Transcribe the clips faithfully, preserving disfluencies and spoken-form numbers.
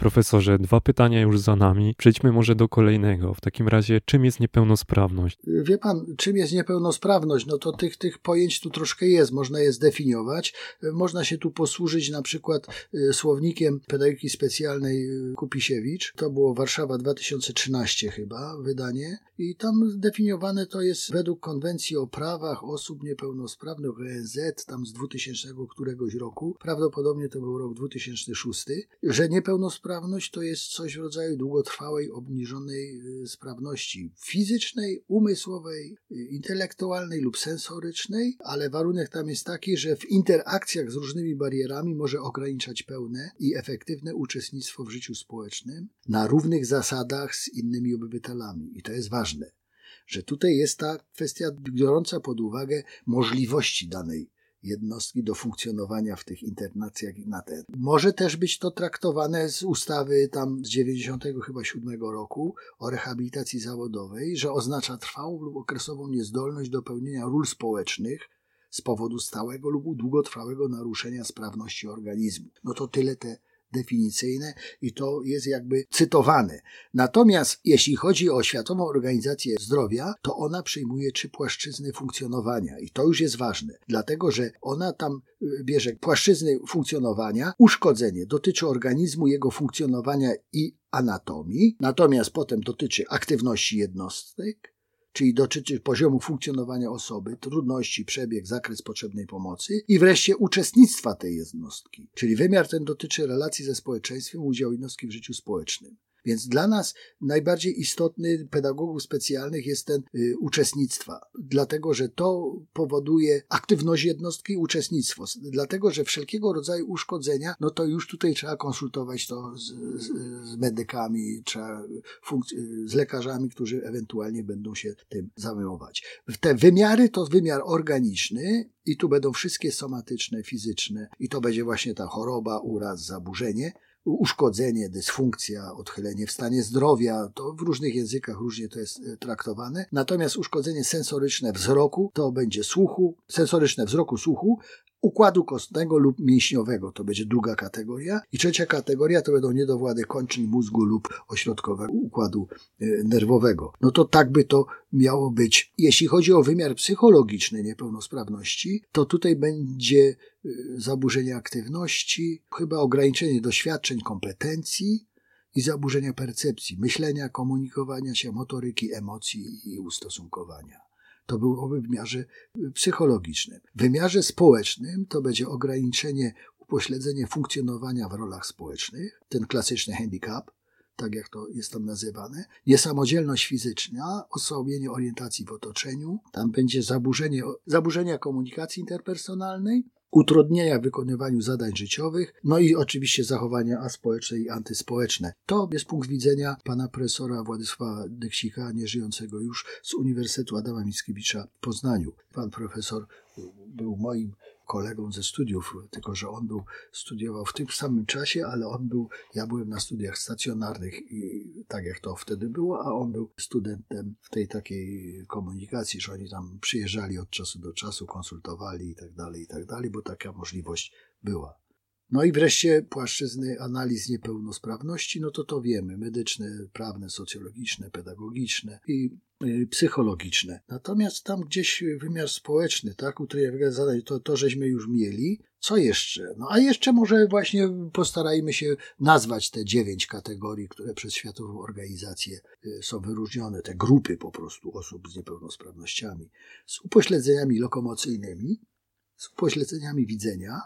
Profesorze, dwa pytania już za nami. Przejdźmy może do kolejnego. W takim razie, czym jest niepełnosprawność? Wie pan, czym jest niepełnosprawność? No to tych, tych pojęć tu troszkę jest. Można je zdefiniować. Można się tu posłużyć na przykład słownikiem pedagogiki specjalnej Kupisiewicz. To było Warszawa dwa tysiące trzynaście chyba wydanie. I tam zdefiniowane to jest według konwencji o prawach osób niepełnosprawnych O N Z, tam z dwutysięcznego któregoś roku. Prawdopodobnie to był rok dwa tysiące szósty, że niepełnosprawność to jest coś w rodzaju długotrwałej, obniżonej sprawności fizycznej, umysłowej, intelektualnej lub sensorycznej, ale warunek tam jest taki, że w interakcjach z różnymi barierami może ograniczać pełne i efektywne uczestnictwo w życiu społecznym na równych zasadach z innymi obywatelami. I to jest ważne, że tutaj jest ta kwestia biorąca pod uwagę możliwości danej jednostki do funkcjonowania w tych internacjach i na ten. Może też być to traktowane z ustawy tam z dziewięćdziesiątego chyba siódmego roku o rehabilitacji zawodowej, że oznacza trwałą lub okresową niezdolność do pełnienia ról społecznych z powodu stałego lub długotrwałego naruszenia sprawności organizmu. No to tyle te definicyjne i to jest jakby cytowane. Natomiast jeśli chodzi o Światową Organizację Zdrowia, to ona przyjmuje trzy płaszczyzny funkcjonowania i to już jest ważne, dlatego że ona tam bierze płaszczyzny funkcjonowania, uszkodzenie dotyczy organizmu, jego funkcjonowania i anatomii, natomiast potem dotyczy aktywności jednostek, czyli dotyczy poziomu funkcjonowania osoby, trudności, przebieg, zakres potrzebnej pomocy i wreszcie uczestnictwa tej jednostki. Czyli wymiar ten dotyczy relacji ze społeczeństwem, udziału jednostki w życiu społecznym. Więc dla nas najbardziej istotny pedagogów specjalnych jest ten y, uczestnictwa, dlatego że to powoduje aktywność jednostki i uczestnictwo, dlatego że wszelkiego rodzaju uszkodzenia, no to już tutaj trzeba konsultować to z, z, z medykami, trzeba funkc- z lekarzami, którzy ewentualnie będą się tym zajmować. Te wymiary to wymiar organiczny i tu będą wszystkie somatyczne, fizyczne i to będzie właśnie ta choroba, uraz, zaburzenie, uszkodzenie, dysfunkcja, odchylenie w stanie zdrowia, to w różnych językach różnie to jest traktowane. Natomiast uszkodzenie sensoryczne wzroku to będzie słuchu, sensoryczne wzroku, słuchu, układu kostnego lub mięśniowego, to będzie druga kategoria. I trzecia kategoria to będą niedowłady kończyn mózgu lub ośrodkowego układu nerwowego. No to tak by to miało być. Jeśli chodzi o wymiar psychologiczny niepełnosprawności, to tutaj będzie zaburzenie aktywności, chyba ograniczenie doświadczeń, kompetencji i zaburzenia percepcji, myślenia, komunikowania się, motoryki, emocji i ustosunkowania. To byłoby w wymiarze psychologicznym. W wymiarze społecznym to będzie ograniczenie, upośledzenie funkcjonowania w rolach społecznych, ten klasyczny handicap, tak jak to jest tam nazywane, niesamodzielność fizyczna, osłabienie orientacji w otoczeniu, tam będzie zaburzenie, zaburzenia komunikacji interpersonalnej, utrudnienia w wykonywaniu zadań życiowych, no i oczywiście zachowania aspołeczne i antyspołeczne. To jest punkt widzenia pana profesora Władysława Dyksika, nieżyjącego już, z Uniwersytetu Adama Mickiewicza w Poznaniu. Pan profesor był moim kolegą ze studiów, tylko że on był, studiował w tym samym czasie, ale on był, ja byłem na studiach stacjonarnych i tak jak to wtedy było, a on był studentem w tej takiej komunikacji, że oni tam przyjeżdżali od czasu do czasu, konsultowali i tak dalej, i tak dalej, bo taka możliwość była. No i wreszcie płaszczyzny analiz niepełnosprawności, no to to wiemy, medyczne, prawne, socjologiczne, pedagogiczne i y, psychologiczne. Natomiast tam gdzieś wymiar społeczny, tak, utrudnienia zadań, to, to żeśmy już mieli. Co jeszcze? No a jeszcze może właśnie postarajmy się nazwać te dziewięć kategorii, które przez Światową Organizację y, są wyróżnione, te grupy po prostu osób z niepełnosprawnościami, z upośledzeniami lokomocyjnymi, z upośledzeniami widzenia,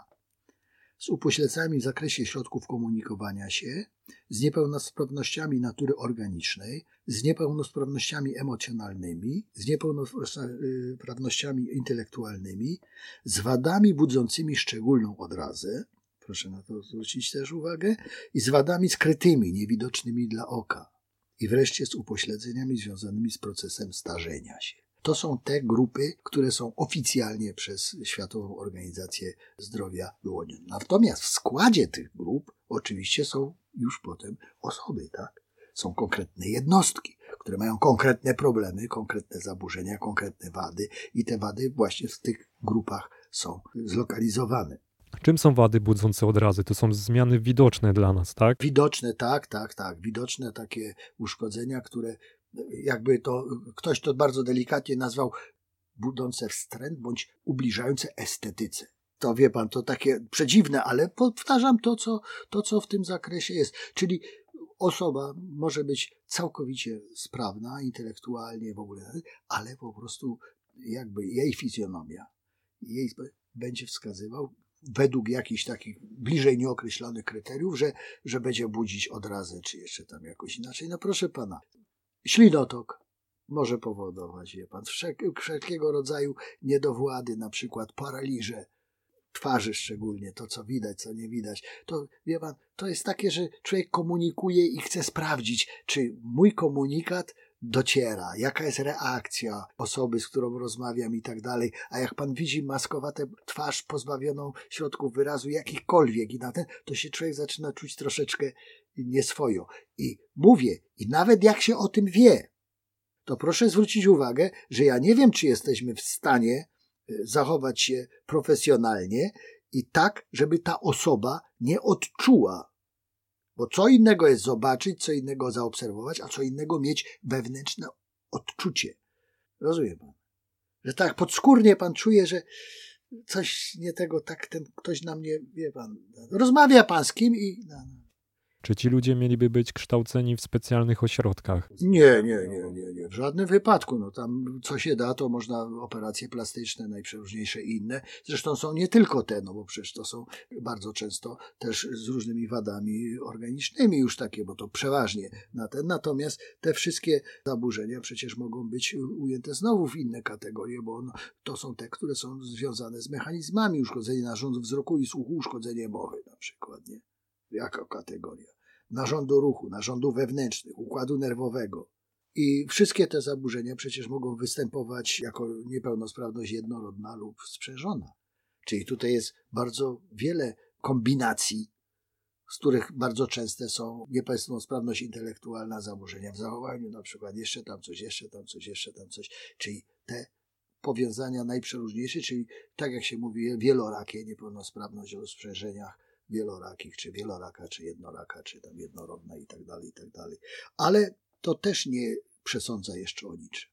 z upośledzeniami w zakresie środków komunikowania się, z niepełnosprawnościami natury organicznej, z niepełnosprawnościami emocjonalnymi, z niepełnosprawnościami intelektualnymi, z wadami budzącymi szczególną odrazę, proszę na to zwrócić też uwagę, i z wadami skrytymi, niewidocznymi dla oka, i wreszcie z upośledzeniami związanymi z procesem starzenia się. To są te grupy, które są oficjalnie przez Światową Organizację Zdrowia wyłonione. Natomiast w składzie tych grup oczywiście są już potem osoby, tak? Są konkretne jednostki, które mają konkretne problemy, konkretne zaburzenia, konkretne wady i te wady właśnie w tych grupach są zlokalizowane. Czym są wady budzące odrazy? To są zmiany widoczne dla nas, tak? Widoczne, tak, tak, tak. Widoczne takie uszkodzenia, które jakby to ktoś to bardzo delikatnie nazwał budzące wstręt bądź ubliżające estetyce. To wie pan, to takie przedziwne, ale powtarzam to, co, to, co w tym zakresie jest. Czyli osoba może być całkowicie sprawna, intelektualnie w ogóle, ale po prostu jakby jej fizjonomia jej będzie wskazywał według jakichś takich bliżej nieokreślonych kryteriów, że, że będzie budzić odrazę, czy jeszcze tam jakoś inaczej. No proszę pana, ślinotok może powodować, wie pan, wszek, wszelkiego rodzaju niedowłady, na przykład paraliże twarzy szczególnie, to co widać, co nie widać. To, wie pan, to jest takie, że człowiek komunikuje i chce sprawdzić, czy mój komunikat dociera, jaka jest reakcja osoby, z którą rozmawiam i tak dalej. A jak pan widzi maskowatą twarz pozbawioną środków wyrazu jakichkolwiek i na ten, to się człowiek zaczyna czuć troszeczkę nieswojo. I mówię, i nawet jak się o tym wie, to proszę zwrócić uwagę, że ja nie wiem, czy jesteśmy w stanie zachować się profesjonalnie i tak, żeby ta osoba nie odczuła. Bo co innego jest zobaczyć, co innego zaobserwować, a co innego mieć wewnętrzne odczucie. Rozumie pan? Że tak podskórnie pan czuje, że coś nie tego, tak ten ktoś na mnie, wie pan, rozmawia pan z kim i... No, no. Czy ci ludzie mieliby być kształceni w specjalnych ośrodkach? Nie, nie, nie, nie, nie. W żadnym wypadku. No tam co się da, to można operacje plastyczne, najprzeróżniejsze i inne. Zresztą są nie tylko te, no bo przecież to są bardzo często też z różnymi wadami organicznymi już takie, bo to przeważnie na ten. Natomiast te wszystkie zaburzenia przecież mogą być ujęte znowu w inne kategorie, bo no, to są te, które są związane z mechanizmami, uszkodzenie narządów wzroku i słuchu, uszkodzenie mowy na przykład, nie? Jaka kategoria? Narządu ruchu, narządów wewnętrznych, układu nerwowego. I wszystkie te zaburzenia przecież mogą występować jako niepełnosprawność jednorodna lub sprzężona. Czyli tutaj jest bardzo wiele kombinacji, z których bardzo częste są niepełnosprawność intelektualna, zaburzenia w zachowaniu, na przykład jeszcze tam coś, jeszcze tam coś, jeszcze tam coś. Czyli te powiązania najprzeróżniejsze, czyli tak jak się mówi, wielorakie niepełnosprawność o sprzężeniach, wielorakich, czy wieloraka, czy jednoraka, czy tam jednorodna i tak dalej, i tak dalej. Ale to też nie przesądza jeszcze o niczym.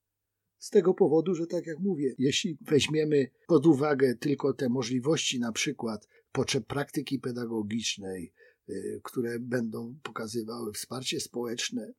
Z tego powodu, że tak jak mówię, jeśli weźmiemy pod uwagę tylko te możliwości na przykład potrzeb praktyki pedagogicznej, yy, które będą pokazywały wsparcie społeczne,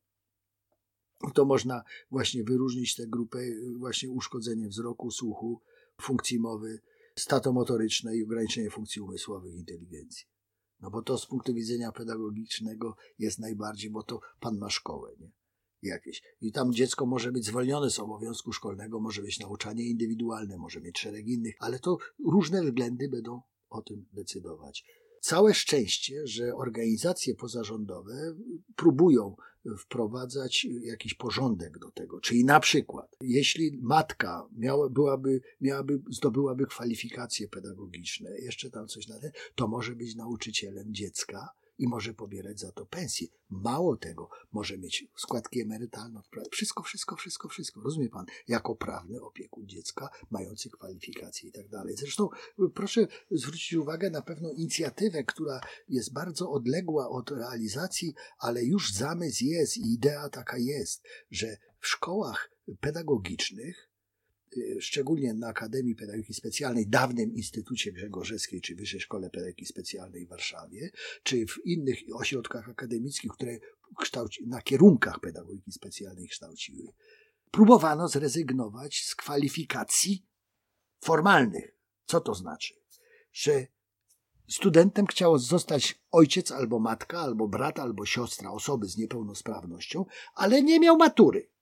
to można właśnie wyróżnić tę grupę właśnie uszkodzenie wzroku, słuchu, funkcji mowy, statomotoryczne i ograniczenie funkcji umysłowych i inteligencji. No bo to z punktu widzenia pedagogicznego jest najbardziej, bo to pan ma szkołę, nie? Jakieś. I tam dziecko może być zwolnione z obowiązku szkolnego, może być nauczanie indywidualne, może mieć szereg innych, ale to różne względy będą o tym decydować. Całe szczęście, że organizacje pozarządowe próbują wprowadzać jakiś porządek do tego. Czyli na przykład, jeśli matka miała, byłaby, miałaby, zdobyłaby kwalifikacje pedagogiczne, jeszcze tam coś na ten, to może być nauczycielem dziecka i może pobierać za to pensję. Mało tego, może mieć składki emerytalne. Wszystko, wszystko, wszystko, wszystko. Rozumie pan? Jako prawny opiekun dziecka, mający kwalifikacje i tak dalej. Zresztą proszę zwrócić uwagę na pewną inicjatywę, która jest bardzo odległa od realizacji, ale już zamysł jest i idea taka jest, że w szkołach pedagogicznych, szczególnie na Akademii Pedagogiki Specjalnej, dawnym Instytucie Grzegorzewskiej, czy Wyższej Szkole Pedagogiki Specjalnej w Warszawie, czy w innych ośrodkach akademickich, które kształci, na kierunkach pedagogiki specjalnej kształciły, próbowano zrezygnować z kwalifikacji formalnych. Co to znaczy? Że studentem chciał zostać ojciec albo matka, albo brat, albo siostra osoby z niepełnosprawnością, ale nie miał matury.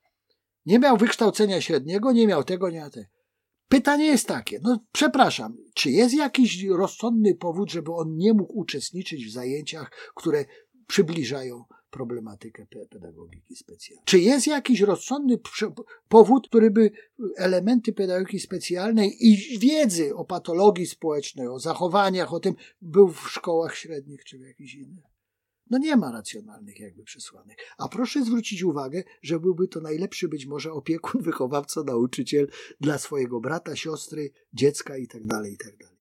Nie miał wykształcenia średniego, nie miał tego, nie miał tego. Pytanie jest takie, no przepraszam, czy jest jakiś rozsądny powód, żeby on nie mógł uczestniczyć w zajęciach, które przybliżają problematykę pedagogiki specjalnej? Czy jest jakiś rozsądny powód, który by elementy pedagogiki specjalnej i wiedzy o patologii społecznej, o zachowaniach, o tym był w szkołach średnich czy w jakichś innych? No nie ma racjonalnych jakby przesłanek. A proszę zwrócić uwagę, że byłby to najlepszy być może opiekun, wychowawca, nauczyciel dla swojego brata, siostry, dziecka i tak dalej, i tak dalej.